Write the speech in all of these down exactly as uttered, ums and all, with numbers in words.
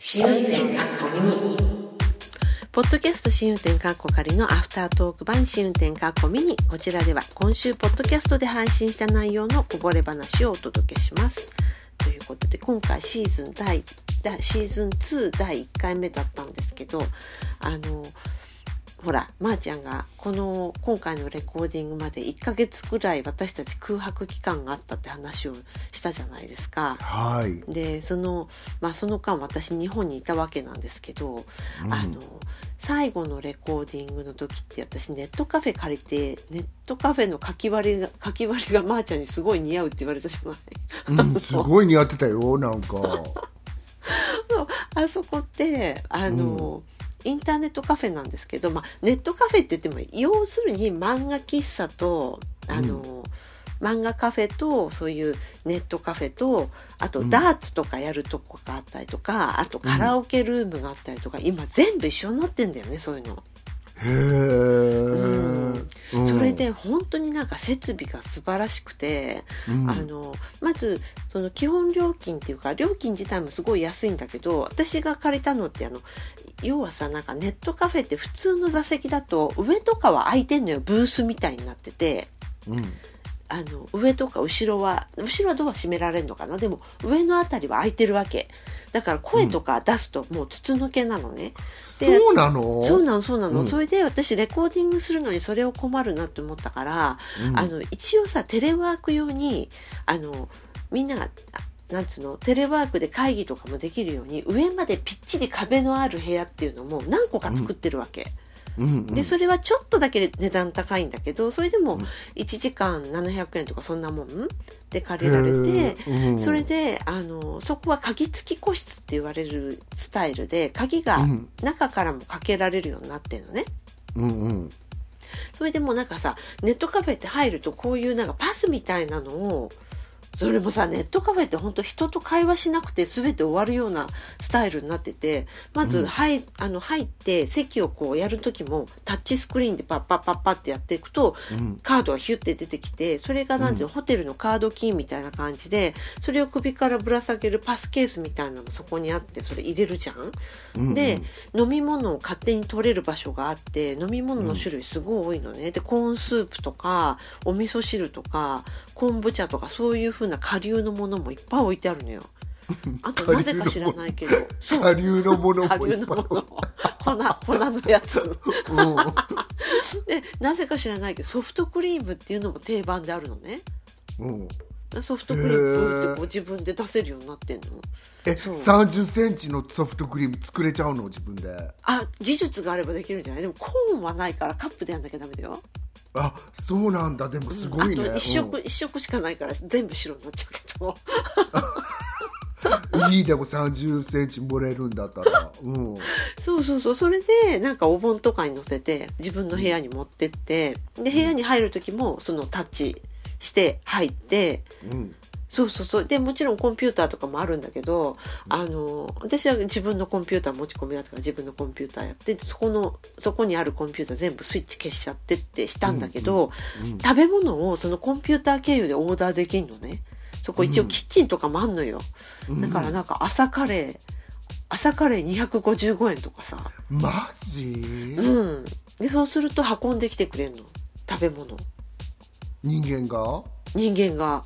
試運転かっこミニポッドキャスト試運転かっこ仮のアフタートーク版試運転かっこミニ。こちらでは今週ポッドキャストで配信した内容のこぼれ話をお届けします。ということで今回シーズン第シーズンツーだいいっかいめだったんですけど、あのほらまーちゃんがこの今回のレコーディングまでいっかげつくらい私たち空白期間があったって話をしたじゃないですか。 はい。 でそのまあその間私日本にいたわけなんですけど、うん、あの最後のレコーディングの時って私ネットカフェ借りてネットカフェのかき割りがかき割りがまーちゃんにすごい似合うって言われたじゃない。 うん、すごい似合ってたよなんか。 あそこってあの。うんインターネットカフェなんですけど、まあ、ネットカフェって言っても要するに漫画喫茶とあの、うん、漫画カフェとそういうネットカフェとあとダーツとかやるとこがあったりとか、うん、あとカラオケルームがあったりとか、うん、今全部一緒になってんだよねそういうの。 へー、 うん、それで本当になんか設備が素晴らしくて、うん、あのまずその基本料金っていうか料金自体もすごい安いんだけど、私が借りたのってあの要はさなんかネットカフェって普通の座席だと上とかは空いてんのよ、ブースみたいになってて、うん、あの上とか後ろは後ろはドア閉められるのかな、でも上のあたりは空いてるわけだから声とか出すともう筒抜けなのね、うん、 そうなのそうなのそうなの、うん、それで私レコーディングするのにそれを困るなって思ったから、うん、あの一応さテレワーク用にあのみんながなんつうのテレワークで会議とかもできるように上までぴっちり壁のある部屋っていうのも何個か作ってるわけ、うんうんうん、でそれはちょっとだけ値段高いんだけどそれでもいちじかんななひゃくえんとかそんなもんで借りられて、うん、それであのそこは鍵付き個室って言われるスタイルで鍵が中からもかけられるようになってるのね、うんうん、それでもうなんかさネットカフェって入るとこういうなんかパスみたいなのをそれもさネットカフェって本当人と会話しなくて全て終わるようなスタイルになってて、まず、うん、入, あの入って席をこうやる時もタッチスクリーンでパッパッパッパッってやっていくと、うん、カードがヒュッて出てきてそれがなんていうの、うん、ホテルのカードキーみたいな感じでそれを首からぶら下げるパスケースみたいなのもそこにあってそれ入れるじゃん、うんうん、で飲み物を勝手に取れる場所があって飲み物の種類すごい多いのね、でコーンスープとかお味噌汁とか昆布茶とかそういう風な下流のものもいっぱい置いてあるのよ。あとなぜか知らないけど下流のものもいっぱい粉粉のやつ、うん、でなぜか知らないけどソフトクリームっていうのも定番であるのね、うん、ソフトクリームってこう自分で出せるようになってんの。 えさんじゅっセンチのソフトクリーム作れちゃうの自分で。 あ技術があればできるんじゃない。でもコーンはないからカップでやんなきゃダメだよ。 あそうなんだ。でもすごいね、 うん、あと一色、うん、一色しかないから全部白になっちゃうけどいいでもさんじゅっセンチ盛れるんだったら、うん、そうそうそう。それでなんかお盆とかに乗せて自分の部屋に持ってって、うん、で部屋に入る時もそのタッチして入って、うん、そうそうそう。でもちろんコンピューターとかもあるんだけど、あの私は自分のコンピューター持ち込みだったから自分のコンピューターやってそこのそこにあるコンピューター全部スイッチ消しちゃってってしたんだけど、うんうん、食べ物をそのコンピューター経由でオーダーできるのね。そこ一応キッチンとかもあんのよ、うん、だからなんか朝カレー朝カレーにひゃくごじゅうごえんとかさ。 マジ？ うん。でそうすると運んできてくれんの食べ物。 人間が？ 人間が。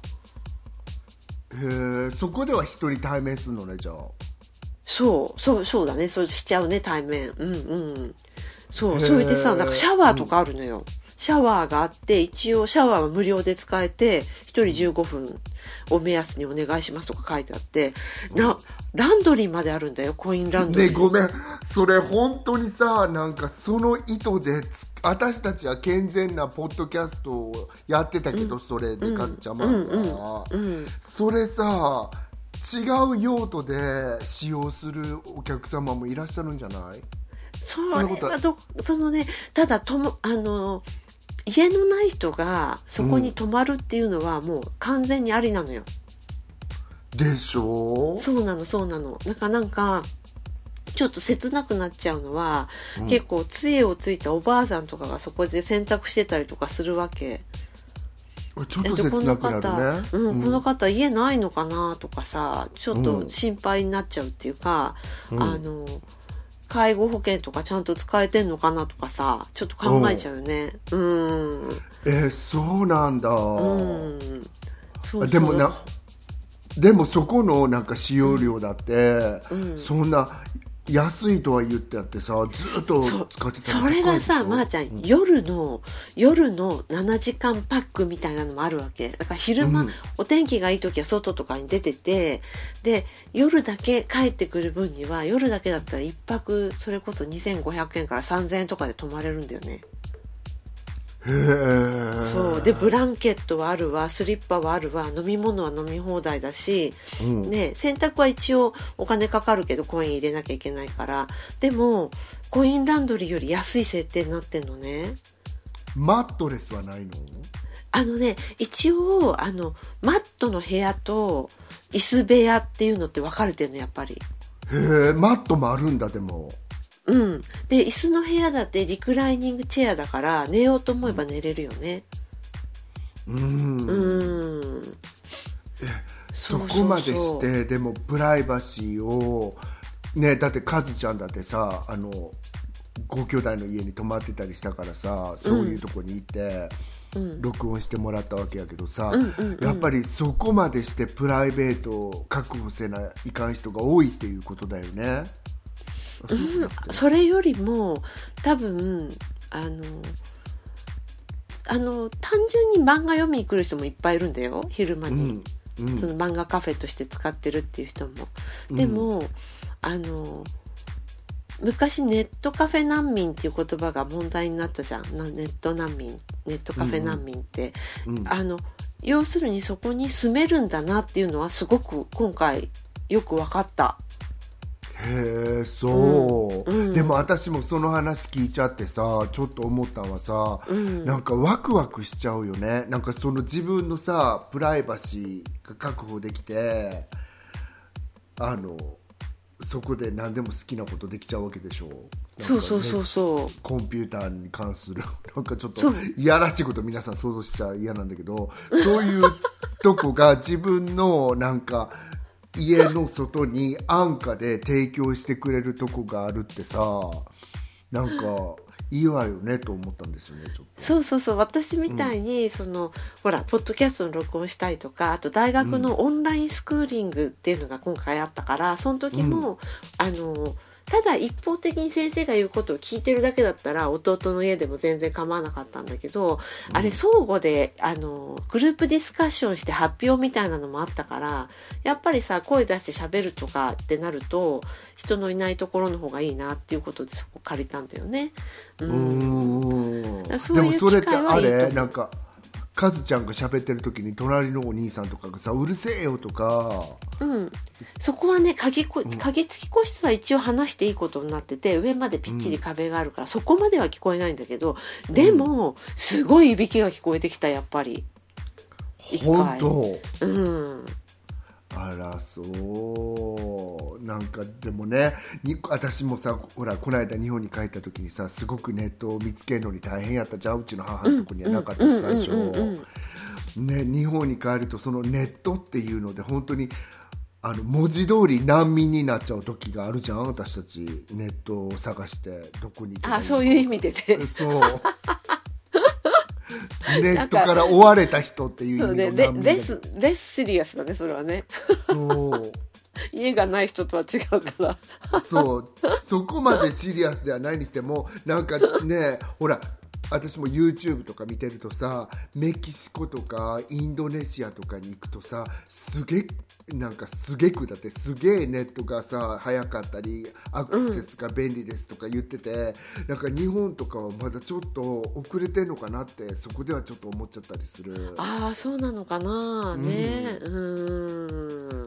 へえ、そこでは人に対面するのねじゃあ。 そうそうそうだね、そうしちゃうね対面。うんうん。そうそれでさなんかシャワーとかあるのよ。うん、シャワーがあって一応シャワーは無料で使えてひとりじゅうごふんを目安にお願いしますとか書いてあってなランドリーまであるんだよ、コインランドリー。 ねごめんそれ本当にさなんかその意図で私たちは健全なポッドキャストをやってたけど、うん、それでかずちゃまがそれさ違う用途で使用するお客様もいらっしゃるんじゃない？ それはどそのねただともあの家のない人がそこに泊まるっていうのはもう完全にありなのよ、 うん、でしょ。 そうなのそうなの。なんかなんかちょっと切なくなっちゃうのは、うん、結構杖をついたおばあさんとかがそこで洗濯してたりとかするわけ。 ちょっと切なくなるね、 うん、この方家ないのかなとかさ、ちょっと心配になっちゃうっていうか、うん、あの介護保険とかちゃんと使えてんのかなとかさ、ちょっと考えちゃうよね。うん、うん、 えー、そうなんだ、うん、 そうそう、 でもなでもそこのなんか使用料だって、うん、そんな安いとは言ってあってさ、ずっと使ってたら高いでしょ。 それがさ、まーちゃん、うん、夜の夜のななじかんパックみたいなのもあるわけだから、昼間、うん、お天気がいい時は外とかに出てて、で夜だけ帰ってくる分には、夜だけだったらいっぱくそれこそにせんごひゃくえんからさんぜんえんとかで泊まれるんだよね。 へー。 そうで、ブランケットはあるわ、スリッパはあるわ、飲み物は飲み放題だし、うん、ね、洗濯は一応お金かかるけどコイン入れなきゃいけないから、でもコインランドリーより安い設定になってんのね。 マットレスはないの？ あのね、一応あのマットの部屋と椅子部屋っていうのって分かれてるの、やっぱり。 へー、マットもあるんだ。でもうん、で椅子の部屋だってリクライニングチェアだから、寝ようと思えば寝れるよね。 うん、 うん、 えそこまでしてでもプライバシーをね、だってカズちゃんだってさ、あのご兄弟の家に泊まってたりしたからさ、そういうとこに行って、うん、録音してもらったわけやけどさ、うんうんうん、やっぱりそこまでしてプライベートを確保せないかん人が多いっていうことだよね。 うん、それよりも多分あのあの単純に漫画読みに来る人もいっぱいいるんだよ、昼間に、うんうん、その漫画カフェとして使ってるっていう人も。でも、うん、あの昔ネットカフェ難民っていう言葉が問題になったじゃん。ネット難民、ネットカフェ難民って、うんうん、あの要するにそこに住めるんだなっていうのはすごく今回よく分かった。 へえ、そう、うんうん、でも私もその話聞いちゃってさ、ちょっと思ったのはさ、うん、なんかワクワクしちゃうよね。なんかその自分のさプライバシーが確保できて、あのそこで何でも好きなことできちゃうわけでしょ。 そうそうそうそう、 コンピューターに関するなんかちょっといやらしいこと皆さん想像しちゃ嫌なんだけど、そういうとこが自分のなんか家の外に安価で提供してくれるとこがあるってさ、なんかいいわよねと思ったんですよね。ちょっとそうそうそう、私みたいに、うん、そのほらポッドキャストの録音したりとか、あと大学のオンラインスクーリングっていうのが今回あったから、その時も、うん、あのただ一方的に先生が言うことを聞いてるだけだったら弟の家でも全然構わなかったんだけど、うん、あれ相互であのグループディスカッションして発表みたいなのもあったから、やっぱりさ声出して喋るとかってなると人のいないところの方がいいなっていうことでそこ借りたんだよね。うん、 うーん、そういう機会はいいと思う。でもそれってあれなんかカズちゃんが喋ってる時に隣のお兄さんとかがさうるせえよとか、 うん、そこはね鍵こ鍵付き個室は一応話していいことになってて、上までぴっちり壁があるから、うん、そこまでは聞こえないんだけど、でもすごいいびきが聞こえてきた、やっぱり。 本当、 うん、 あらそうなんかでもね、に私もさほらこの間日本に帰った時にさ、すごくネットを見つけるのに大変やったじゃん。うちの母のとこにはなかったし、最初ね、日本に帰るとそのネットっていうので本当にあの文字通り難民になっちゃう時があるじゃん。私たちネットを探してどこに行けばいいのか。 あ、そういう意味でね。 そうネットから追われた人っていう意味の難民だ、ね、 レスレスシリアスだね、それはね。 そう家がない人とは違うからそうそこまでシリアスではないにしても、なんかねほら私も YouTube とか見てるとさ、メキシコとかインドネシアとかに行くとさ、すげなんかすげくだってすげえネットがさ早かったりアクセスが便利ですとか言ってて、うん、なんか日本とかはまだちょっと遅れてんのかなってそこではちょっと思っちゃったりする。 ああ、そうなのかなね。うん、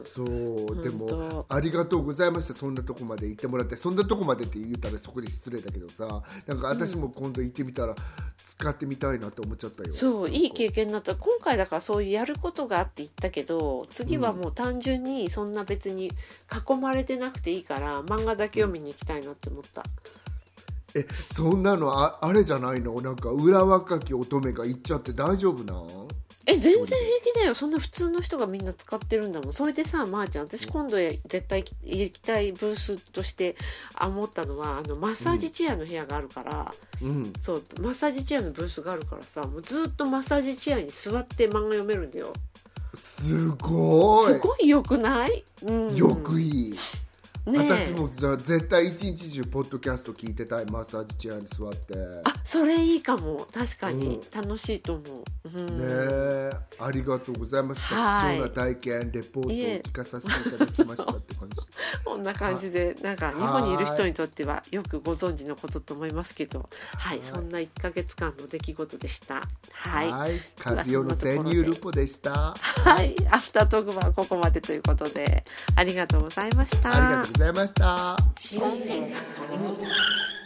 うん、そうでもありがとうございました。そんなとこまで行ってもらって、そんなとこまでって言ったらそこで失礼だけどさ、なんか私も今度行ってみたら、うん、使ってみたいなって思っちゃったよ。 そういい経験になった。今回だからそういうやることがあって言ったけど、次はもう単純にそんな別に囲まれてなくていいから漫画だけ読みに行きたいなって思った。 え、そんなの あ, あれじゃないの？なんか裏若き乙女が行っちゃって大丈夫なん？ え全然平気だよ。そんな普通の人がみんな使ってるんだもん。それでさ、まーちゃん、私今度絶対行きたいブースとして思ったのは、あのマッサージチェアの部屋があるから、うん、そうマッサージチェアのブースがあるからさ、もうずっとマッサージチェアに座って漫画読めるんだよ。 すごいすごいよくない？うん、 よくいい。ね、私もじゃあ絶対一日中ポッドキャスト聞いてたい。マッサージチェアに座って。 あ、それいいかも。確かに楽しいと思う、うん、 ねえ、ありがとうございました。貴重な体験レポートを聞かさせていただきましたって感じ。 こんな感じで、なんか日本にいる人にとってはよくご存知のことと思いますけど、はい、はい、そんないっかげつかんの出来事でした。はい、はい、 カズヨの潜入ルポでした。 はい、アフタートークはここまでということで、ありがとうございました。 ありがとうございました。 新年が